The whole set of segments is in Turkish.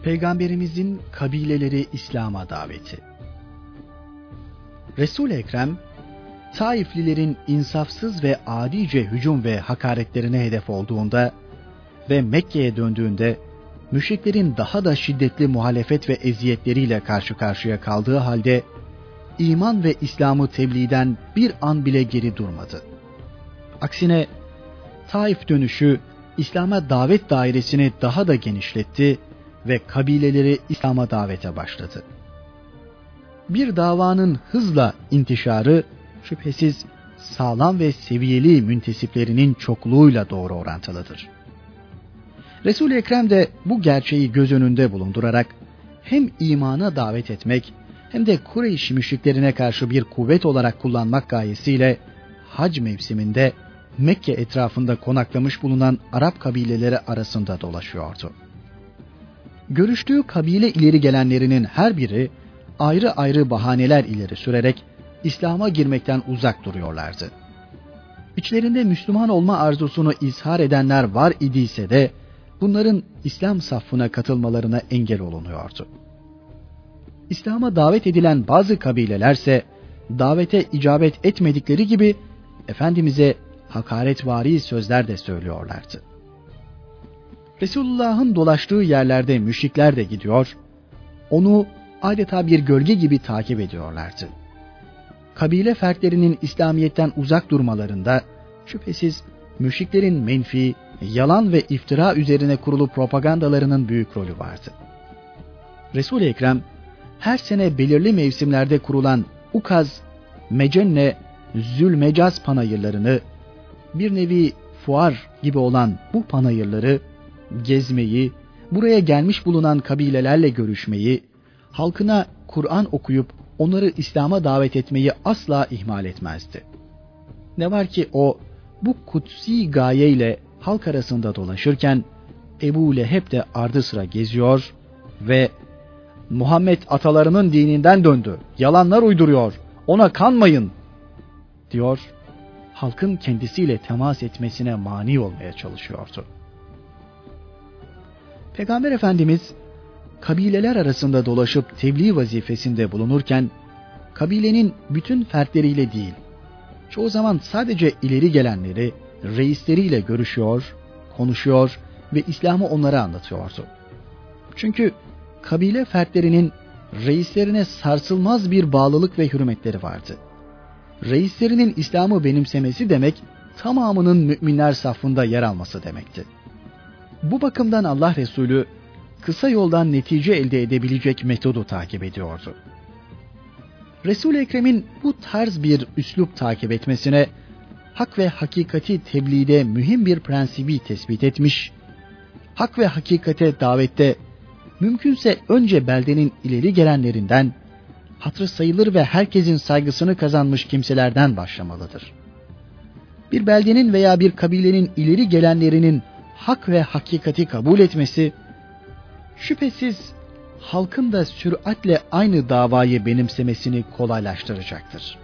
Peygamberimizin kabileleri İslam'a daveti. Resul-i Ekrem, Taiflilerin insafsız ve adice hücum ve hakaretlerine hedef olduğunda ve Mekke'ye döndüğünde müşriklerin daha da şiddetli muhalefet ve eziyetleriyle karşı karşıya kaldığı halde iman ve İslam'ı tebliğden bir an bile geri durmadı. Aksine Taif dönüşü İslam'a davet dairesini daha da genişletti ve kabileleri İslam'a davete başladı. Bir davanın hızla intişarı şüphesiz sağlam ve seviyeli müntesiplerinin çokluğuyla doğru orantılıdır. Resul-i Ekrem de bu gerçeği göz önünde bulundurarak hem imana davet etmek hem de Kureyş müşriklerine karşı bir kuvvet olarak kullanmak gayesiyle hac mevsiminde Mekke etrafında konaklamış bulunan Arap kabileleri arasında dolaşıyordu. Görüştüğü kabile ileri gelenlerinin her biri ayrı ayrı bahaneler ileri sürerek İslam'a girmekten uzak duruyorlardı. İçlerinde Müslüman olma arzusunu izhar edenler var idiyse de bunların İslam safına katılmalarına engel olunuyordu. İslam'a davet edilen bazı kabilelerse davete icabet etmedikleri gibi Efendimiz'e hakaretvari sözler de söylüyorlardı. Resulullah'ın dolaştığı yerlerde müşrikler de gidiyor, onu adeta bir gölge gibi takip ediyorlardı. Kabile fertlerinin İslamiyet'ten uzak durmalarında şüphesiz müşriklerin menfi, yalan ve iftira üzerine kurulu propagandalarının büyük rolü vardı. Resul-i Ekrem her sene belirli mevsimlerde kurulan Ukaz, Mecenne, Zülmecaz panayırlarını, bir nevi fuar gibi olan bu panayırları gezmeyi, buraya gelmiş bulunan kabilelerle görüşmeyi, halkına Kur'an okuyup onları İslam'a davet etmeyi asla ihmal etmezdi. Ne var ki o bu kutsi gayeyle halk arasında dolaşırken Ebu Leheb de ardı sıra geziyor ve Muhammed atalarının dininden döndü, yalanlar uyduruyor, ona kanmayın diyor, halkın kendisiyle temas etmesine mani olmaya çalışıyordu. Peygamber Efendimiz kabileler arasında dolaşıp tebliğ vazifesinde bulunurken kabilenin bütün fertleriyle değil, çoğu zaman sadece ileri gelenleri, reisleriyle görüşüyor, konuşuyor ve İslam'ı onlara anlatıyordu. Çünkü kabile fertlerinin reislerine sarsılmaz bir bağlılık ve hürmetleri vardı. Reislerinin İslam'ı benimsemesi demek, tamamının müminler safında yer alması demekti. Bu bakımdan Allah Resulü kısa yoldan netice elde edebilecek metodu takip ediyordu. Resul-i Ekrem'in bu tarz bir üslup takip etmesine hak ve hakikati tebliğde mühim bir prensibi tespit etmiş, hak ve hakikate davette mümkünse önce beldenin ileri gelenlerinden, hatırı sayılır ve herkesin saygısını kazanmış kimselerden başlamalıdır. Bir beldenin veya bir kabilenin ileri gelenlerinin hak ve hakikati kabul etmesi, şüphesiz halkın da süratle aynı davayı benimsemesini kolaylaştıracaktır.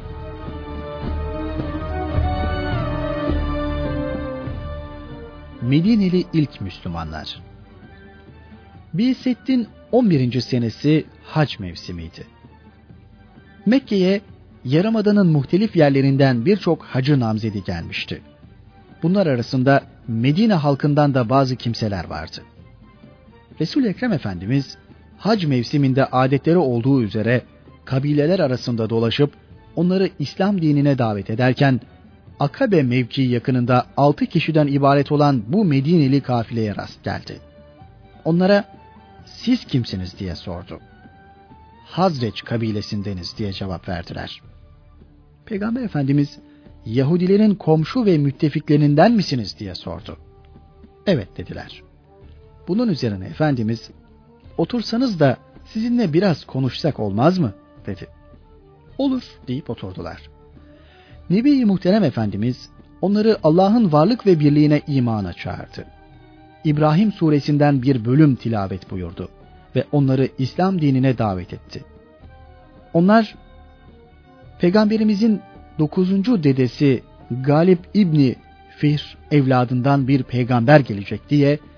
Medineli ilk Müslümanlar. Bi'settin 11. senesi hac mevsimiydi. Mekke'ye Yarımada'nın muhtelif yerlerinden birçok hacı namzedi gelmişti. Bunlar arasında Medine halkından da bazı kimseler vardı. Resul-i Ekrem Efendimiz hac mevsiminde adetleri olduğu üzere kabileler arasında dolaşıp onları İslam dinine davet ederken Akabe mevkii yakınında 6 kişiden ibaret olan bu Medineli kafileye rast geldi. Onlara siz kimsiniz diye sordu. Hazreç kabilesindeniz diye cevap verdiler. Peygamber Efendimiz Yahudilerin komşu ve müttefiklerinden misiniz diye sordu. Evet dediler. Bunun üzerine Efendimiz otursanız da sizinle biraz konuşsak olmaz mı dedi. Olur deyip oturdular. Nebi-i Muhterem Efendimiz onları Allah'ın varlık ve birliğine imana çağırdı. İbrahim suresinden bir bölüm tilavet buyurdu ve onları İslam dinine davet etti. Onlar Peygamberimizin 9. dedesi Galip İbni Fihr evladından bir peygamber gelecek diye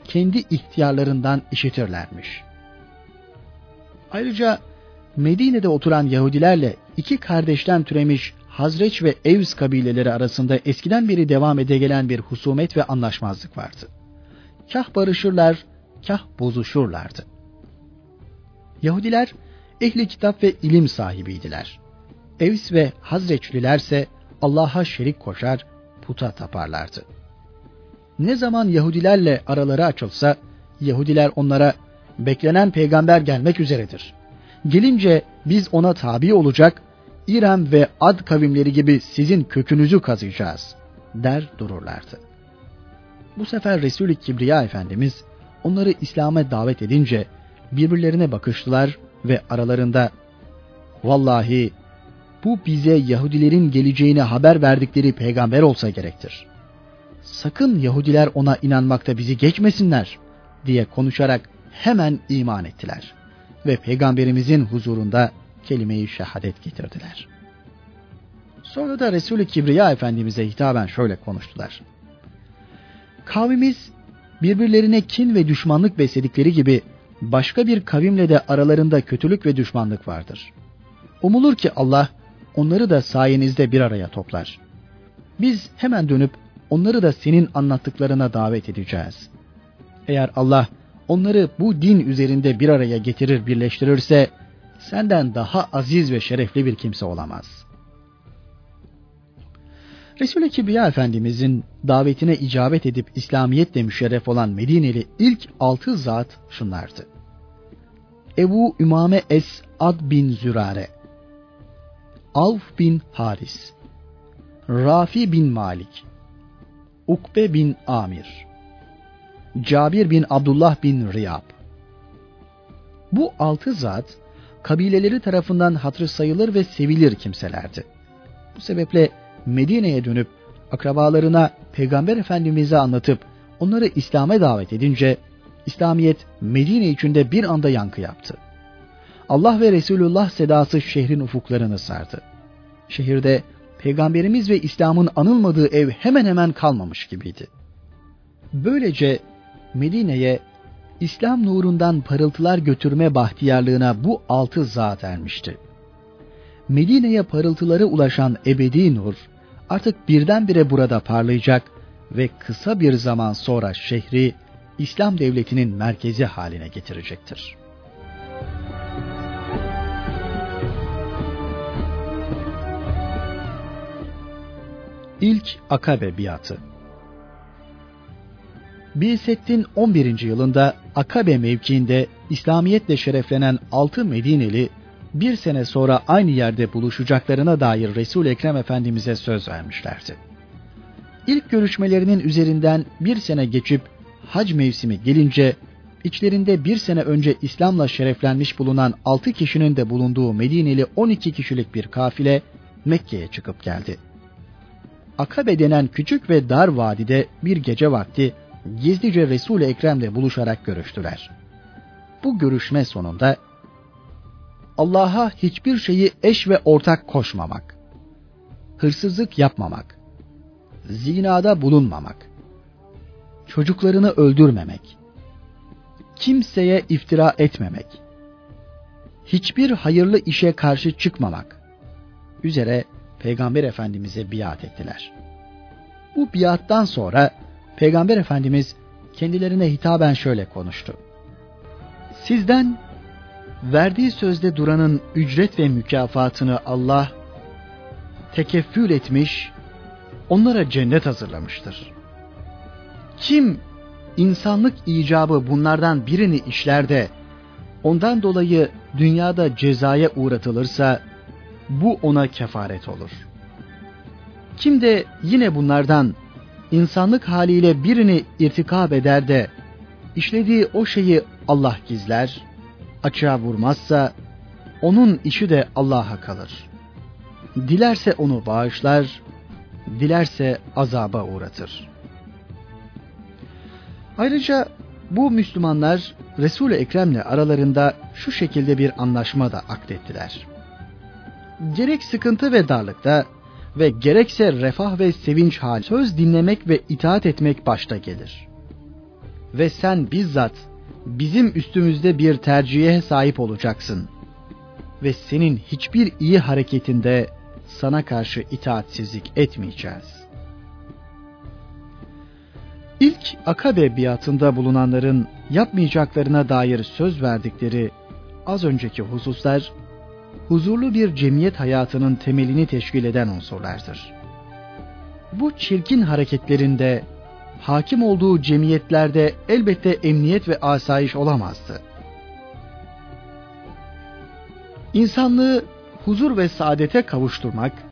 kendi ihtiyarlarından işitirlermiş. Ayrıca Medine'de oturan Yahudilerle iki kardeşten türemiş Hazreç ve Evs kabileleri arasında eskiden beri devam ede gelen bir husumet ve anlaşmazlık vardı. Kah barışırlar, kah bozuşurlardı. Yahudiler ehli kitap ve ilim sahibiydiler. Evs ve Hazreçlilerse Allah'a şerik koşar, puta taparlardı. Ne zaman Yahudilerle araları açılsa, Yahudiler onlara beklenen peygamber gelmek üzeredir. Gelince biz ona tabi olacak, İrem ve Ad kavimleri gibi sizin kökünüzü kazıyacağız der dururlardı. Bu sefer Resul-i Kibriya Efendimiz onları İslam'a davet edince birbirlerine bakıştılar ve aralarında vallahi bu bize Yahudilerin geleceğini haber verdikleri peygamber olsa gerektir. Sakın Yahudiler ona inanmakta bizi geçmesinler diye konuşarak hemen iman ettiler ve peygamberimizin huzurunda kelime-i şehadet getirdiler. Sonra da Resul-i Kibriya Efendimiz'e hitaben şöyle konuştular. Kavmimiz birbirlerine kin ve düşmanlık besledikleri gibi başka bir kavimle de aralarında kötülük ve düşmanlık vardır. Umulur ki Allah onları da sayenizde bir araya toplar. Biz hemen dönüp onları da senin anlattıklarına davet edeceğiz. Eğer Allah onları bu din üzerinde bir araya getirir, birleştirirse senden daha aziz ve şerefli bir kimse olamaz. Resul-i Kibriya Efendimizin davetine icabet edip İslamiyetle müşerref olan Medineli ilk 6 zat şunlardı. Ebu Ümame Es-Ad bin Zürare, Avf bin Haris, Rafi bin Malik, Ukbe bin Amir, Cabir bin Abdullah bin Riyab. Bu 6 zat kabileleri tarafından hatırı sayılır ve sevilir kimselerdi. Bu sebeple Medine'ye dönüp akrabalarına Peygamber Efendimiz'i anlatıp onları İslam'a davet edince İslamiyet Medine içinde bir anda yankı yaptı. Allah ve Resulullah sedası şehrin ufuklarını sardı. Şehirde Peygamberimiz ve İslam'ın anılmadığı ev hemen hemen kalmamış gibiydi. Böylece Medine'ye İslam nurundan parıltılar götürme bahtiyarlığına bu 6 zat ermişti. Medine'ye parıltıları ulaşan ebedi nur artık birdenbire burada parlayacak ve kısa bir zaman sonra şehri İslam devletinin merkezi haline getirecektir. İlk Akabe biatı. Bi'settin 11. yılında Akabe mevkiinde İslamiyetle şereflenen 6 Medineli bir sene sonra aynı yerde buluşacaklarına dair Resul-i Ekrem Efendimiz'e söz vermişlerdi. İlk görüşmelerinin üzerinden bir sene geçip hac mevsimi gelince içlerinde bir sene önce İslam'la şereflenmiş bulunan 6 kişinin de bulunduğu Medineli 12 kişilik bir kafile Mekke'ye çıkıp geldi. Akabe denen küçük ve dar vadide bir gece vakti gizlice Resul-i Ekrem'le buluşarak görüştüler. Bu görüşme sonunda Allah'a hiçbir şeyi eş ve ortak koşmamak, hırsızlık yapmamak, zinada bulunmamak, çocuklarını öldürmemek, kimseye iftira etmemek, hiçbir hayırlı işe karşı çıkmamak üzere Peygamber Efendimiz'e biat ettiler. Bu biattan sonra Peygamber Efendimiz kendilerine hitaben şöyle konuştu. Sizden verdiği sözde duranın ücret ve mükafatını Allah tekeffül etmiş, onlara cennet hazırlamıştır. Kim insanlık icabı bunlardan birini işler de ondan dolayı dünyada cezaya uğratılırsa bu ona kefaret olur. Kim de yine bunlardan insanlık haliyle birini irtikab eder de işlediği o şeyi Allah gizler, açığa vurmazsa onun işi de Allah'a kalır. Dilerse onu bağışlar, dilerse azaba uğratır. Ayrıca bu Müslümanlar Resul-i Ekrem'le aralarında şu şekilde bir anlaşma da akdettiler. Gerek sıkıntı ve darlıkta ve gerekse refah ve sevinç hali söz dinlemek ve itaat etmek başta gelir. ve sen bizzat bizim üstümüzde bir tercihe sahip olacaksın. Ve senin hiçbir iyi hareketinde sana karşı itaatsizlik etmeyeceğiz. İlk Akabe biatında bulunanların yapmayacaklarına dair söz verdikleri az önceki hususlar, huzurlu bir cemiyet hayatının temelini teşkil eden unsurlardır. Bu çirkin hareketlerinde hakim olduğu cemiyetlerde elbette emniyet ve asayiş olamazdı. İnsanlığı huzur ve saadete kavuşturmak,